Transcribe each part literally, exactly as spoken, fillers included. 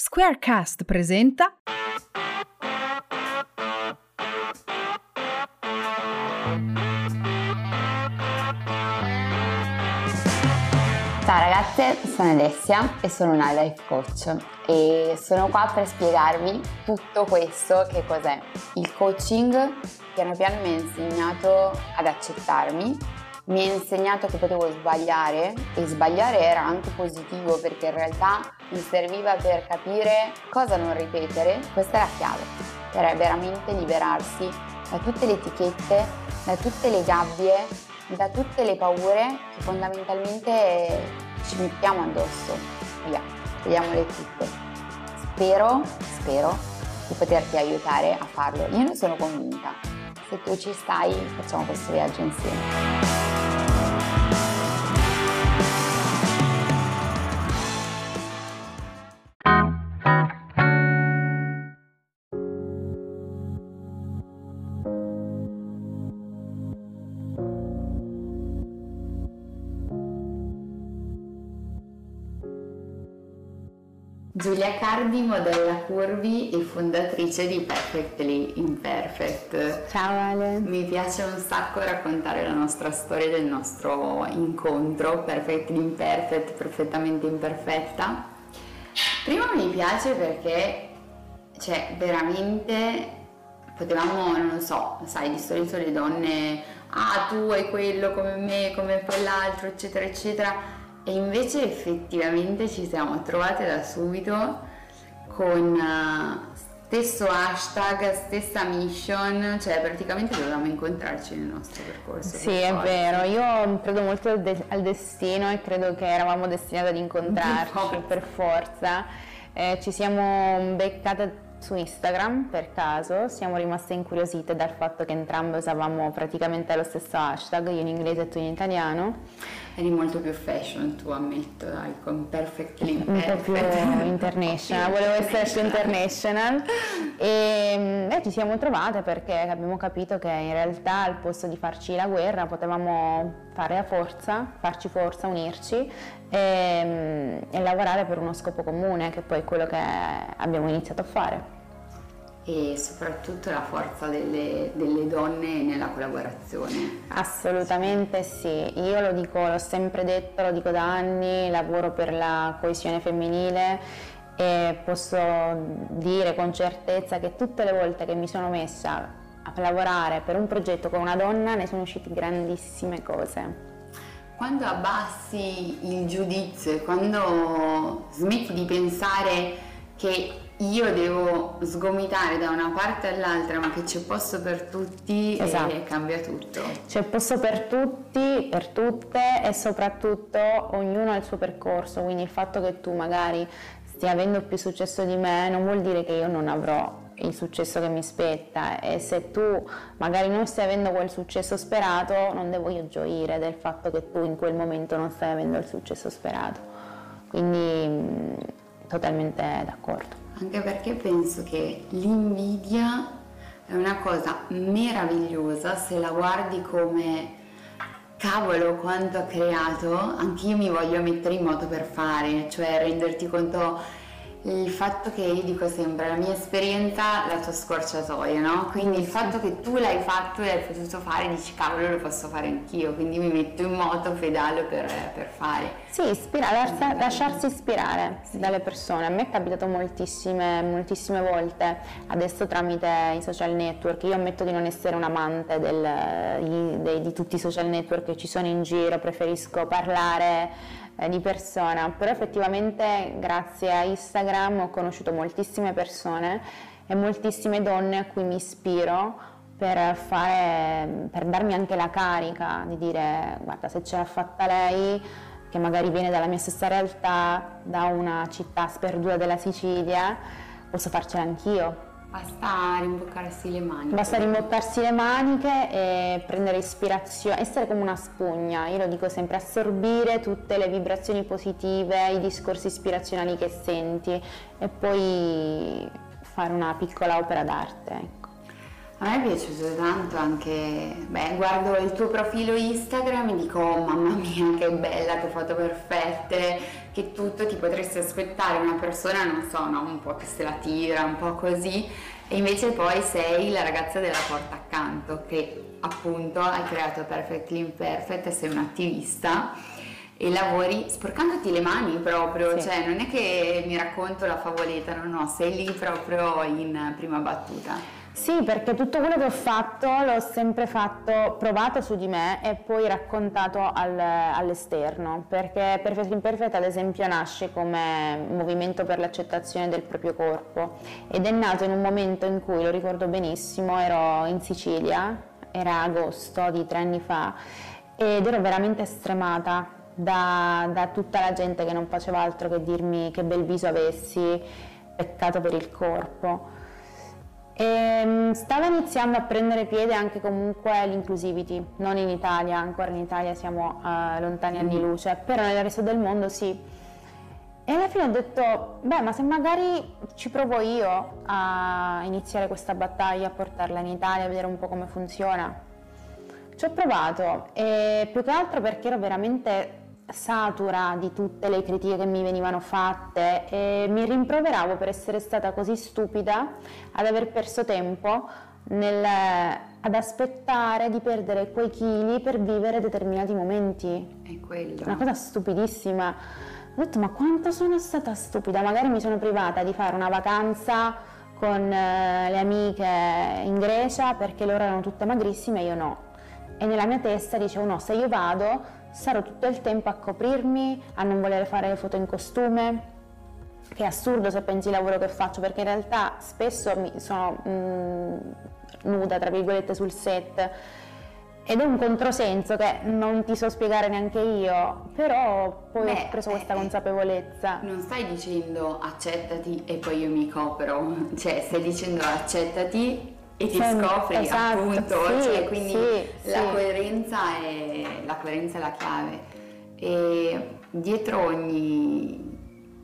Squarecast presenta Ciao ragazze, sono Alessia e sono una life coach e sono qua per spiegarvi tutto questo, che cos'è. Il coaching piano piano mi ha insegnato ad accettarmi, mi ha insegnato che potevo sbagliare e sbagliare era anche positivo perché in realtà mi serviva per capire cosa non ripetere. Questa è la chiave per veramente liberarsi da tutte le etichette, da tutte le gabbie, da tutte le paure che fondamentalmente ci mettiamo addosso. Via, togliamole tutte. Spero, spero di poterti aiutare a farlo. Io ne sono convinta. Se tu ci stai, facciamo questo viaggio insieme. Giulia Cardi, modella curvy e fondatrice di Perfectly Imperfect. Ciao Ale. Mi piace un sacco raccontare la nostra storia del nostro incontro, Perfectly Imperfect, perfettamente imperfetta. Prima mi piace perché, cioè, veramente potevamo, non so, sai, di solito le donne, ah, tu hai quello come me, come quell'altro, eccetera, eccetera. E invece effettivamente ci siamo trovate da subito con uh, stesso hashtag, stessa mission, cioè praticamente dovevamo incontrarci nel nostro percorso. Sì, è vero, io credo molto al, de- al destino e credo che eravamo destinate ad incontrarci per forza. Eh, ci siamo beccate su Instagram per caso, siamo rimaste incuriosite dal fatto che entrambe usavamo praticamente lo stesso hashtag, io in inglese e tu in italiano. Eri molto più fashion, tu ammetto, dai, con Perfectly Imperfect. Un po' più international, volevo essere più international e, e ci siamo trovate perché abbiamo capito che in realtà al posto di farci la guerra potevamo fare la forza, farci forza, unirci e, e lavorare per uno scopo comune, che poi è quello che abbiamo iniziato a fare. E soprattutto la forza delle, delle donne nella collaborazione. Assolutamente sì, io lo dico, l'ho sempre detto, lo dico da anni, lavoro per la coesione femminile e posso dire con certezza che tutte le volte che mi sono messa a lavorare per un progetto con una donna ne sono uscite grandissime cose. Quando abbassi il giudizio e quando smetti di pensare che io devo sgomitare da una parte all'altra ma che c'è posto per tutti, esatto. E cambia tutto. C'è posto per tutti, per tutte e soprattutto ognuno ha il suo percorso, quindi il fatto che tu magari stia avendo più successo di me non vuol dire che io non avrò il successo che mi spetta, e se tu magari non stai avendo quel successo sperato non devo io gioire del fatto che tu in quel momento non stai avendo il successo sperato, quindi mh, totalmente d'accordo. Anche perché penso che l'invidia è una cosa meravigliosa se la guardi come cavolo quanto ha creato, anch'io mi voglio mettere in moto per fare, cioè renderti conto il fatto che io dico sempre la mia esperienza, la tua scorciatoia, no? Quindi il fatto che tu l'hai fatto e l'hai potuto fare, dici cavolo lo posso fare anch'io, quindi mi metto in moto, pedalo per, per fare. Sì, ispira, lascia, lasciarsi ispirare sì. dalle persone. A me è capitato moltissime, moltissime volte, adesso tramite i social network. Io ammetto di non essere un amante del, di, di, di tutti i social network che ci sono in giro, preferisco parlare eh, di persona, però effettivamente grazie a Instagram ho conosciuto moltissime persone e moltissime donne a cui mi ispiro per fare, per darmi anche la carica di dire guarda, se ce l'ha fatta lei, che magari viene dalla mia stessa realtà, da una città sperduta della Sicilia, posso farcela anch'io. Basta rimboccarsi le maniche. Basta rimboccarsi le maniche e prendere ispirazione, essere come una spugna, io lo dico sempre, assorbire tutte le vibrazioni positive, i discorsi ispirazionali che senti e poi fare una piccola opera d'arte, ecco. A me è piaciuto tanto anche, beh, guardo il tuo profilo Instagram e dico oh, mamma mia che bella, che foto perfette, che tutto ti potresti aspettare una persona, non so, no, un po' che se la tira, un po' così, e invece poi sei la ragazza della porta accanto, che appunto hai creato Perfectly Imperfect e sei un'attivista e lavori sporcandoti le mani proprio, Sì. cioè non è che mi racconto la favoletta, no, no, sei lì proprio in prima battuta. Sì, perché tutto quello che ho fatto l'ho sempre fatto, provato su di me e poi raccontato al- all'esterno, perché Perfect Imperfect ad esempio nasce come movimento per l'accettazione del proprio corpo ed è nato in un momento in cui, lo ricordo benissimo, ero in Sicilia, era agosto di tre anni fa ed ero veramente stremata da, da tutta la gente che non faceva altro che dirmi che bel viso avessi, peccato per il corpo. E stava iniziando a prendere piede anche comunque l'inclusivity, non in Italia, ancora in Italia siamo uh, lontani anni luce, però nel resto del mondo sì. E alla fine ho detto, beh, ma se magari ci provo io a iniziare questa battaglia, a portarla in Italia, a vedere un po' come funziona. Ci ho provato, e più che altro perché ero veramente satura di tutte le critiche che mi venivano fatte e mi rimproveravo per essere stata così stupida ad aver perso tempo nel, ad aspettare di perdere quei chili per vivere determinati momenti. È quello. Una cosa stupidissima. Ho detto, ma quanto sono stata stupida, magari mi sono privata di fare una vacanza con eh, le amiche in Grecia perché loro erano tutte magrissime e io no. E nella mia testa dicevo, no, se io vado sarò tutto il tempo a coprirmi, a non voler fare le foto in costume, che è assurdo se pensi al lavoro che faccio, perché in realtà spesso mi sono mh, nuda, tra virgolette, sul set, ed è un controsenso che non ti so spiegare neanche io, però poi Beh, ho preso questa eh, consapevolezza. Non stai dicendo accettati e poi io mi copro, cioè stai dicendo accettati e ti Sì, scopri, esatto, appunto, sì, cioè, quindi sì, la, sì. Coerenza è, la coerenza è la chiave. E dietro ogni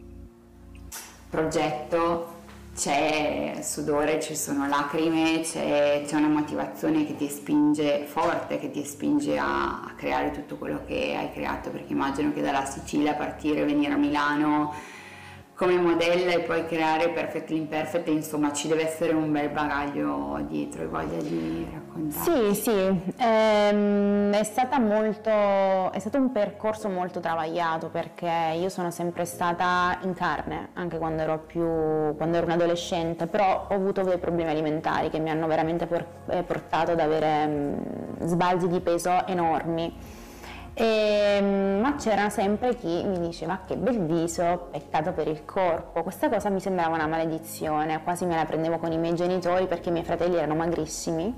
progetto c'è sudore, ci sono lacrime, c'è, c'è una motivazione che ti spinge forte, che ti spinge a, a creare tutto quello che hai creato, perché immagino che dalla Sicilia partire, venire a Milano come modella e poi creare Perfectly Imperfect, insomma ci deve essere un bel bagaglio dietro e voglia di raccontare. Sì, sì, ehm, è stata molto, è stato un percorso molto travagliato perché io sono sempre stata in carne, anche quando ero più, quando ero un adolescente, però ho avuto dei problemi alimentari che mi hanno veramente por- eh, portato ad avere mh, sbalzi di peso enormi. E, ma c'era sempre chi mi diceva che bel viso, peccato per il corpo. Questa cosa mi sembrava una maledizione, quasi me la prendevo con i miei genitori perché i miei fratelli erano magrissimi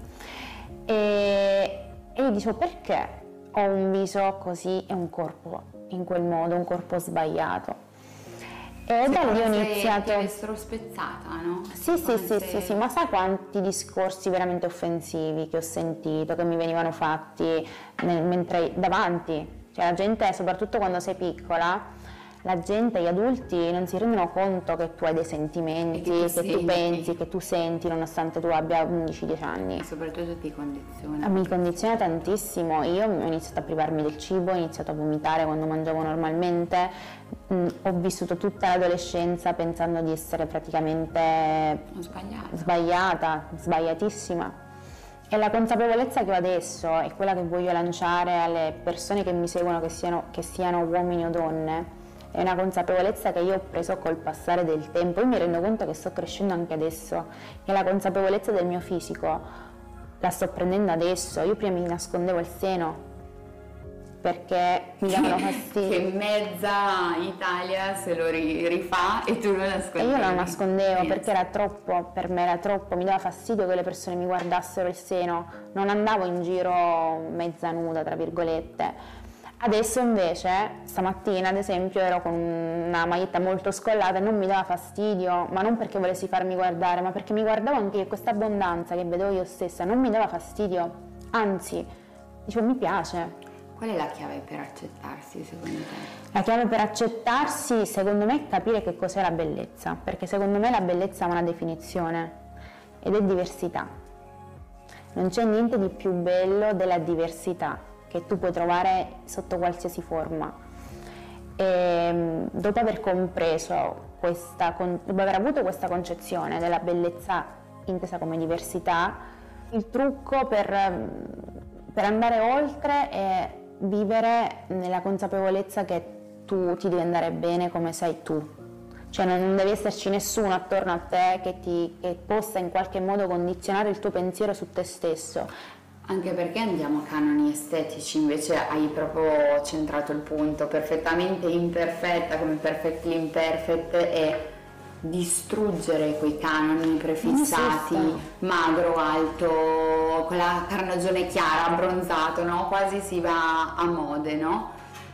e, e io dicevo, perché ho un viso così e un corpo in quel modo, un corpo sbagliato. E da lì ho iniziato. Ti avessero spezzata, no? Sì, sì, sì, Quante- sì, sì, ma sai quanti discorsi veramente offensivi che ho sentito, che mi venivano fatti nel- mentre davanti, cioè la gente, soprattutto quando sei piccola, la gente, gli adulti non si rendono conto che tu hai dei sentimenti, E che tu che tu senti. pensi, che tu senti nonostante tu abbia undici dieci anni. E soprattutto ti condiziona. Mi condiziona tantissimo, io ho iniziato a privarmi del cibo, ho iniziato a vomitare quando mangiavo normalmente, mh, ho vissuto tutta l'adolescenza pensando di essere praticamente Ho sbagliato. sbagliata, sbagliatissima. E la consapevolezza che ho adesso è quella che voglio lanciare alle persone che mi seguono, che siano, che siano uomini o donne. È una consapevolezza che io ho preso col passare del tempo. Io mi rendo conto che sto crescendo anche adesso e la consapevolezza del mio fisico la sto prendendo adesso. Io prima mi nascondevo il seno perché mi davano fastidio. Che mezza Italia se lo ri- rifà e tu lo nascondi. E io lo nascondevo perché era troppo, per me era troppo, mi dava fastidio che le persone mi guardassero il seno, non andavo in giro mezza nuda, tra virgolette. Adesso invece, stamattina ad esempio, ero con una maglietta molto scollata e non mi dava fastidio, ma non perché volessi farmi guardare, ma perché mi guardavo anche io, questa abbondanza che vedevo io stessa non mi dava fastidio, anzi, dicevo mi piace. Qual è la chiave per accettarsi secondo te? La chiave per accettarsi, secondo me, è capire che cos'è la bellezza, perché secondo me la bellezza ha una definizione ed è diversità. Non c'è niente di più bello della diversità che tu puoi trovare sotto qualsiasi forma. E dopo aver compreso questa, dopo aver avuto questa concezione della bellezza intesa come diversità, il trucco per, per andare oltre è vivere nella consapevolezza che tu ti devi andare bene come sei tu. Cioè non deve esserci nessuno attorno a te che, ti, che possa in qualche modo condizionare il tuo pensiero su te stesso. Anche perché andiamo a canoni estetici, invece hai proprio centrato il punto, perfettamente imperfetta come perfectly imperfect, e distruggere quei canoni prefissati, magro, alto, con la carnagione chiara, abbronzato, no? Quasi si va a mode, no?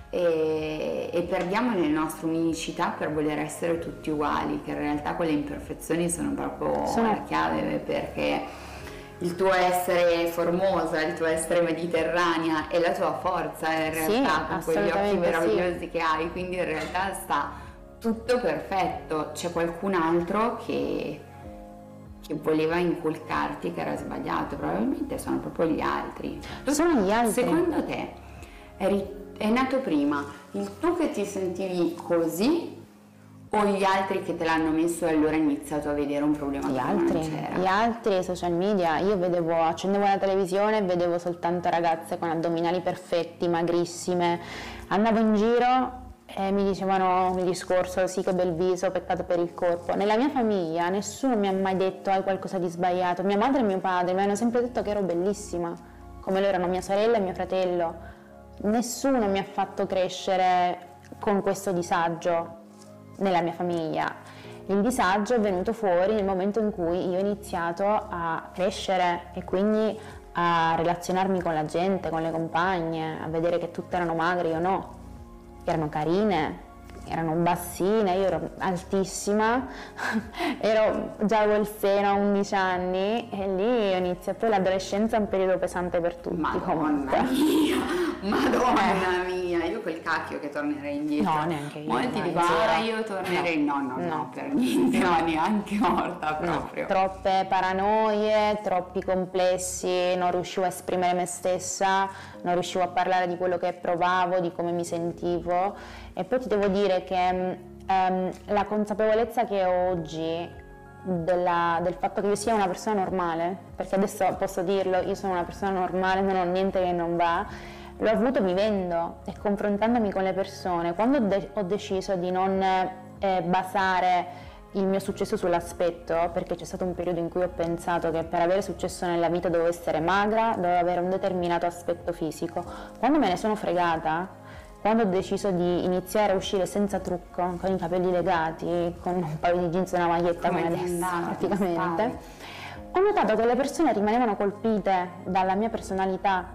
E, e perdiamo le nostre unicità per voler essere tutti uguali, che in realtà quelle imperfezioni sono proprio sono... la chiave, perché il tuo essere formosa, il tuo essere mediterranea è la tua forza in realtà, sì, con quegli occhi meravigliosi sì. che hai, quindi in realtà sta tutto perfetto. C'è qualcun altro che, che voleva inculcarti che era sbagliato, probabilmente sono proprio gli altri. Tu, sono gli altri. Secondo te eri, è nato prima il tu che ti sentivi così, o gli altri che te l'hanno messo e allora hai iniziato a vedere un problema? Gli che altri, non c'era? gli altri social media. Io vedevo, accendevo la televisione e vedevo soltanto ragazze con addominali perfetti, magrissime. Andavo in giro e mi dicevano il discorso: sì, che bel viso, peccato per il corpo. Nella mia famiglia nessuno mi ha mai detto hai qualcosa di sbagliato. Mia madre e mio padre mi hanno sempre detto che ero bellissima, come lo erano mia sorella e mio fratello. Nessuno mi ha fatto crescere con questo disagio nella mia famiglia. Il disagio è venuto fuori nel momento in cui io ho iniziato a crescere e quindi a relazionarmi con la gente, con le compagne, a vedere che tutte erano magre, io no, erano carine, erano bassine, io ero altissima, ero già avevo il seno a undici anni e lì ho iniziato. L'adolescenza è un periodo pesante per tutti. Madonna mia, madonna eh. mia, io quel cacchio che tornerei indietro. No, neanche io. Molti dicono, ah, io tornerei, no, no, no, no, no per niente, no, neanche morta proprio. No, troppe paranoie, troppi complessi, non riuscivo a esprimere me stessa, non riuscivo a parlare di quello che provavo, di come mi sentivo. E poi ti devo dire che um, la consapevolezza che ho oggi della, del fatto che io sia una persona normale, perché adesso posso dirlo, io sono una persona normale, non ho niente che non va, l'ho avuto vivendo e confrontandomi con le persone. Quando de- ho deciso di non eh, basare il mio successo sull'aspetto, perché c'è stato un periodo in cui ho pensato che per avere successo nella vita dovevo essere magra, dovevo avere un determinato aspetto fisico. Quando me ne sono fregata, quando ho deciso di iniziare a uscire senza trucco, con i capelli legati, con un paio di jeans e una maglietta come, come adesso praticamente, ho notato che le persone rimanevano colpite dalla mia personalità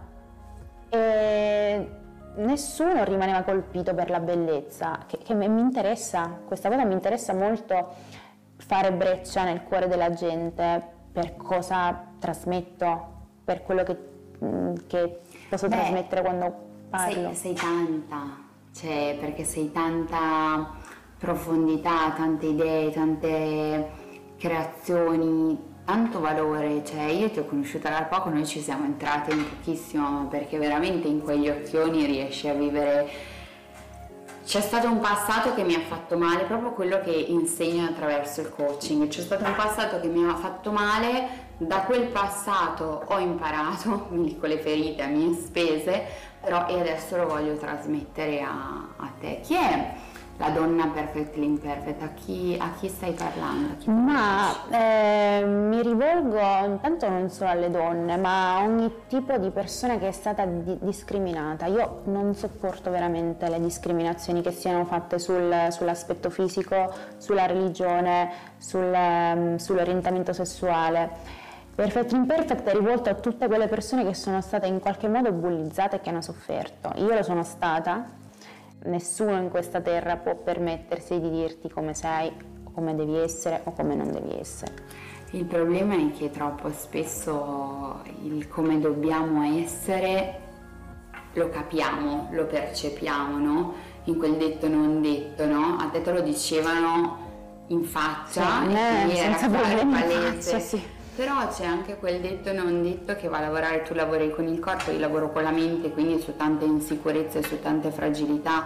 e nessuno rimaneva colpito per la bellezza, che, che mi interessa, questa cosa mi interessa molto, fare breccia nel cuore della gente per cosa trasmetto, per quello che, che posso Beh. trasmettere quando Sei, sei tanta, cioè perché sei tanta profondità, tante idee, tante creazioni, tanto valore, cioè io ti ho conosciuta da poco, noi ci siamo entrate in pochissimo, perché veramente in quegli occhioni riesci a vivere. C'è stato un passato che mi ha fatto male, proprio quello che insegno attraverso il coaching, c'è stato un passato che mi ha fatto male, da quel passato ho imparato, quindi con le ferite a mie spese, però e adesso lo voglio trasmettere a, a te. Chi è la donna perfectly imperfect? A chi, a chi stai parlando? Chi ma eh, mi rivolgo intanto non solo alle donne, ma a ogni tipo di persona che è stata di- discriminata. Io non sopporto veramente le discriminazioni che siano fatte sul, sull'aspetto fisico, sulla religione, sul, um, sull'orientamento sessuale. Perfect Imperfect è rivolto a tutte quelle persone che sono state in qualche modo bullizzate e che hanno sofferto. Io lo sono stata, nessuno in questa terra può permettersi di dirti come sei, o come devi essere o come non devi essere. Il problema è che troppo spesso il come dobbiamo essere lo capiamo, lo percepiamo, no? In quel detto non detto, no? A te te lo dicevano in faccia, sì, e eh, senza problemi in faccia, sì. Però c'è anche quel detto non detto che va a lavorare, tu lavori con il corpo, io lavoro con la mente, quindi su tante insicurezze, su tante fragilità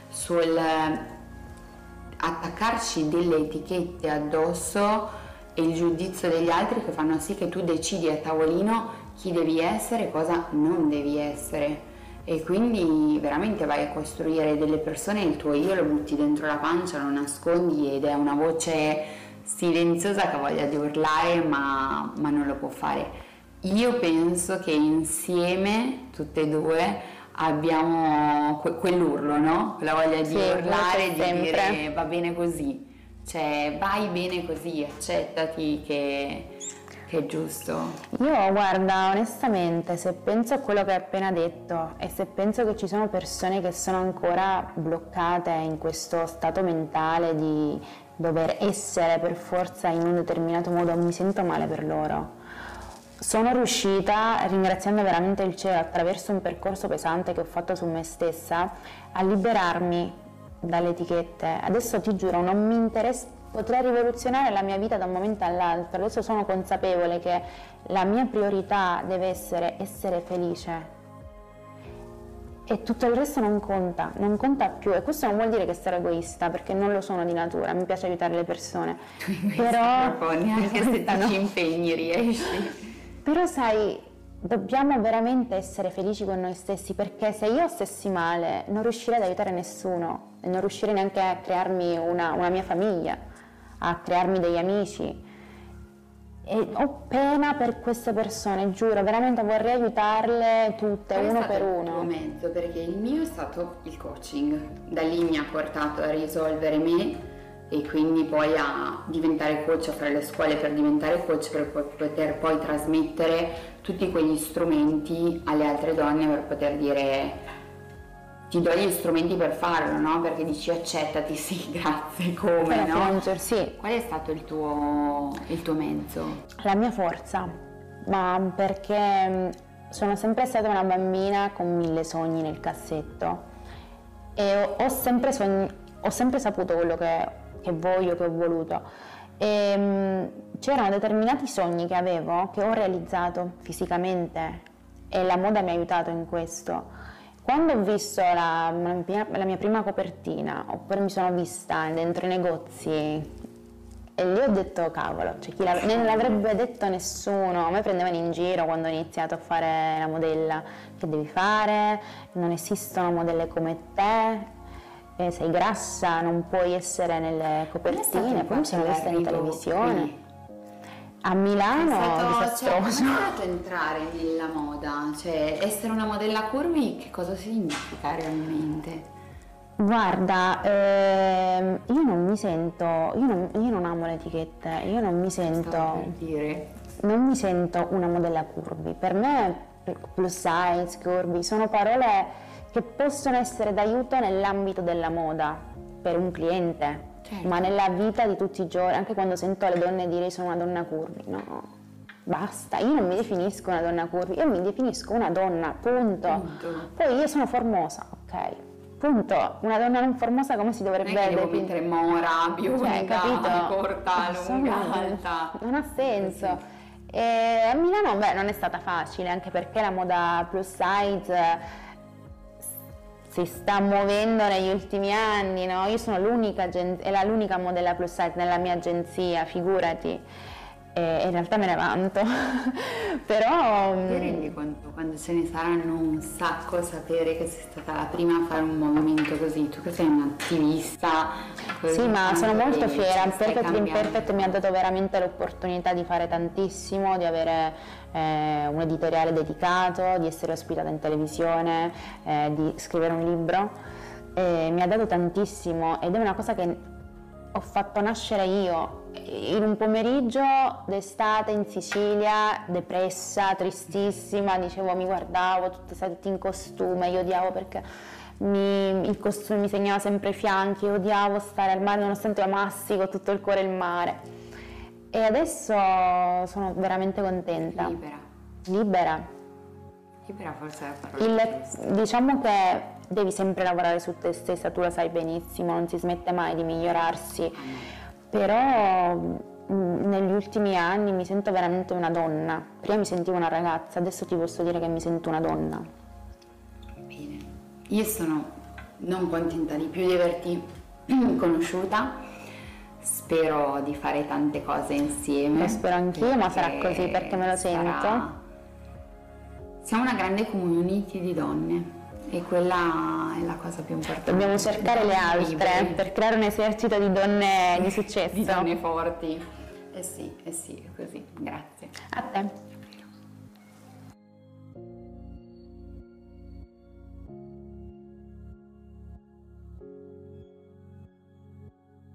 sul attaccarci delle etichette addosso e il giudizio degli altri che fanno sì che tu decidi a tavolino chi devi essere e cosa non devi essere, e quindi veramente vai a costruire delle persone, il tuo io lo butti dentro la pancia, lo nascondi ed è una voce silenziosa che ha voglia di urlare ma, ma non lo può fare. Io penso che insieme tutte e due abbiamo que- quell'urlo, no? Quella voglia di sì, urlare, di sempre. dire va bene così, cioè vai bene così, accettati che, che è giusto. Io guarda, onestamente, se penso a quello che hai appena detto e se penso che ci sono persone che sono ancora bloccate in questo stato mentale di dover essere per forza in un determinato modo, mi sento male per loro. Sono riuscita, ringraziando veramente il cielo, attraverso un percorso pesante che ho fatto su me stessa, a liberarmi dalle etichette. Adesso ti giuro, non mi interessa, potrei rivoluzionare la mia vita da un momento all'altro. Adesso sono consapevole che la mia priorità deve essere essere felice e tutto il resto non conta, non conta più. E questo non vuol dire che sarò egoista, perché non lo sono di natura, mi piace aiutare le persone. Però proprio, neanche se ti no. ci impegni riesci. Però sai, dobbiamo veramente essere felici con noi stessi, perché se io stessi male non riuscirei ad aiutare nessuno e non riuscirei neanche a crearmi una, una mia famiglia, a crearmi degli amici. E ho pena per queste persone, giuro, veramente vorrei aiutarle tutte, Qual è uno stato per il uno. tuo mezzo? Perché il mio è stato il coaching, da lì mi ha portato a risolvere me e quindi poi a diventare coach, a fare le scuole per diventare coach, per poter poi trasmettere tutti quegli strumenti alle altre donne, per poter dire ti do gli strumenti per farlo, no? Perché dici accettati, sì, grazie, come, Per no? piangere, sì. Qual è stato il tuo, il tuo mezzo? La mia forza, ma perché sono sempre stata una bambina con mille sogni nel cassetto e ho, ho, sempre, sogni, ho sempre saputo quello che, che voglio, che ho voluto. E, um, c'erano determinati sogni che avevo che ho realizzato fisicamente e la moda mi ha aiutato in questo. Quando ho visto la, la, mia, la mia prima copertina, oppure mi sono vista dentro i negozi e lì ho detto cavolo, cioè chi l'av- non l'avrebbe detto nessuno, a me prendevano in giro quando ho iniziato a fare la modella, che devi fare, non esistono modelle come te, eh, sei grassa, non puoi essere nelle copertine, poi mi sono vista in televisione. Qui? A Milano È stato, disastroso. Cioè, come è stato entrare nella moda? Cioè, essere una modella curvy, che cosa significa realmente? Guarda, ehm, io non mi sento, io non, io non amo le etichette, io non mi Stavo sento, per dire. non mi sento una modella curvy. Per me plus size, curvy sono parole che possono essere d'aiuto nell'ambito della moda per un cliente. Certo. Ma nella vita di tutti i giorni, anche quando sento le donne dire sono una donna curvy, no, basta, io non mi definisco una donna curvy, io mi definisco una donna, punto. Punto. Poi io sono formosa, ok, punto. Una donna non formosa come si dovrebbe Non è che devo definire? mettere mora, bionda, Cioè, capito? corta, lunga, Insomma, alta. non ha senso. E a Milano beh, non è stata facile, anche perché la moda plus size si sta muovendo negli ultimi anni, no? Io sono l'unica, è la l'unica modella plus size nella mia agenzia, figurati, e in realtà me ne vanto, però... Ti rendi conto quando ce ne saranno un sacco sapere che sei stata la prima a fare un movimento così, tu che sei un'attivista. Sì, ma sono molto fiera, Perfect cambiando. Imperfect mi ha dato veramente l'opportunità di fare tantissimo, di avere eh, un editoriale dedicato, di essere ospitata in televisione, eh, di scrivere un libro, eh, mi ha dato tantissimo ed è una cosa che ho fatto nascere io in un pomeriggio d'estate in Sicilia, depressa, tristissima, dicevo, mi guardavo tutte tutti in costume, io odiavo perché mi, il costume mi segnava sempre i fianchi, io odiavo stare al mare nonostante amassi con tutto il cuore il mare. E adesso sono veramente contenta. Libera. Libera. Libera forse è la parola. Il, diciamo che devi sempre lavorare su te stessa, tu lo sai benissimo, non si smette mai di migliorarsi, però mh, negli ultimi anni mi sento veramente una donna. Prima mi sentivo una ragazza, adesso ti posso dire che mi sento una donna. Bene. Io sono non contenta di più di averti conosciuta. Spero di fare tante cose insieme. Lo spero anch'io, ma sarà così perché me lo sarà... sento. Siamo una grande community di donne e quella è la cosa più importante. Dobbiamo cercare le altre per creare un esercito di donne di successo. Di donne forti. Eh sì, eh sì, è così. Grazie. A te.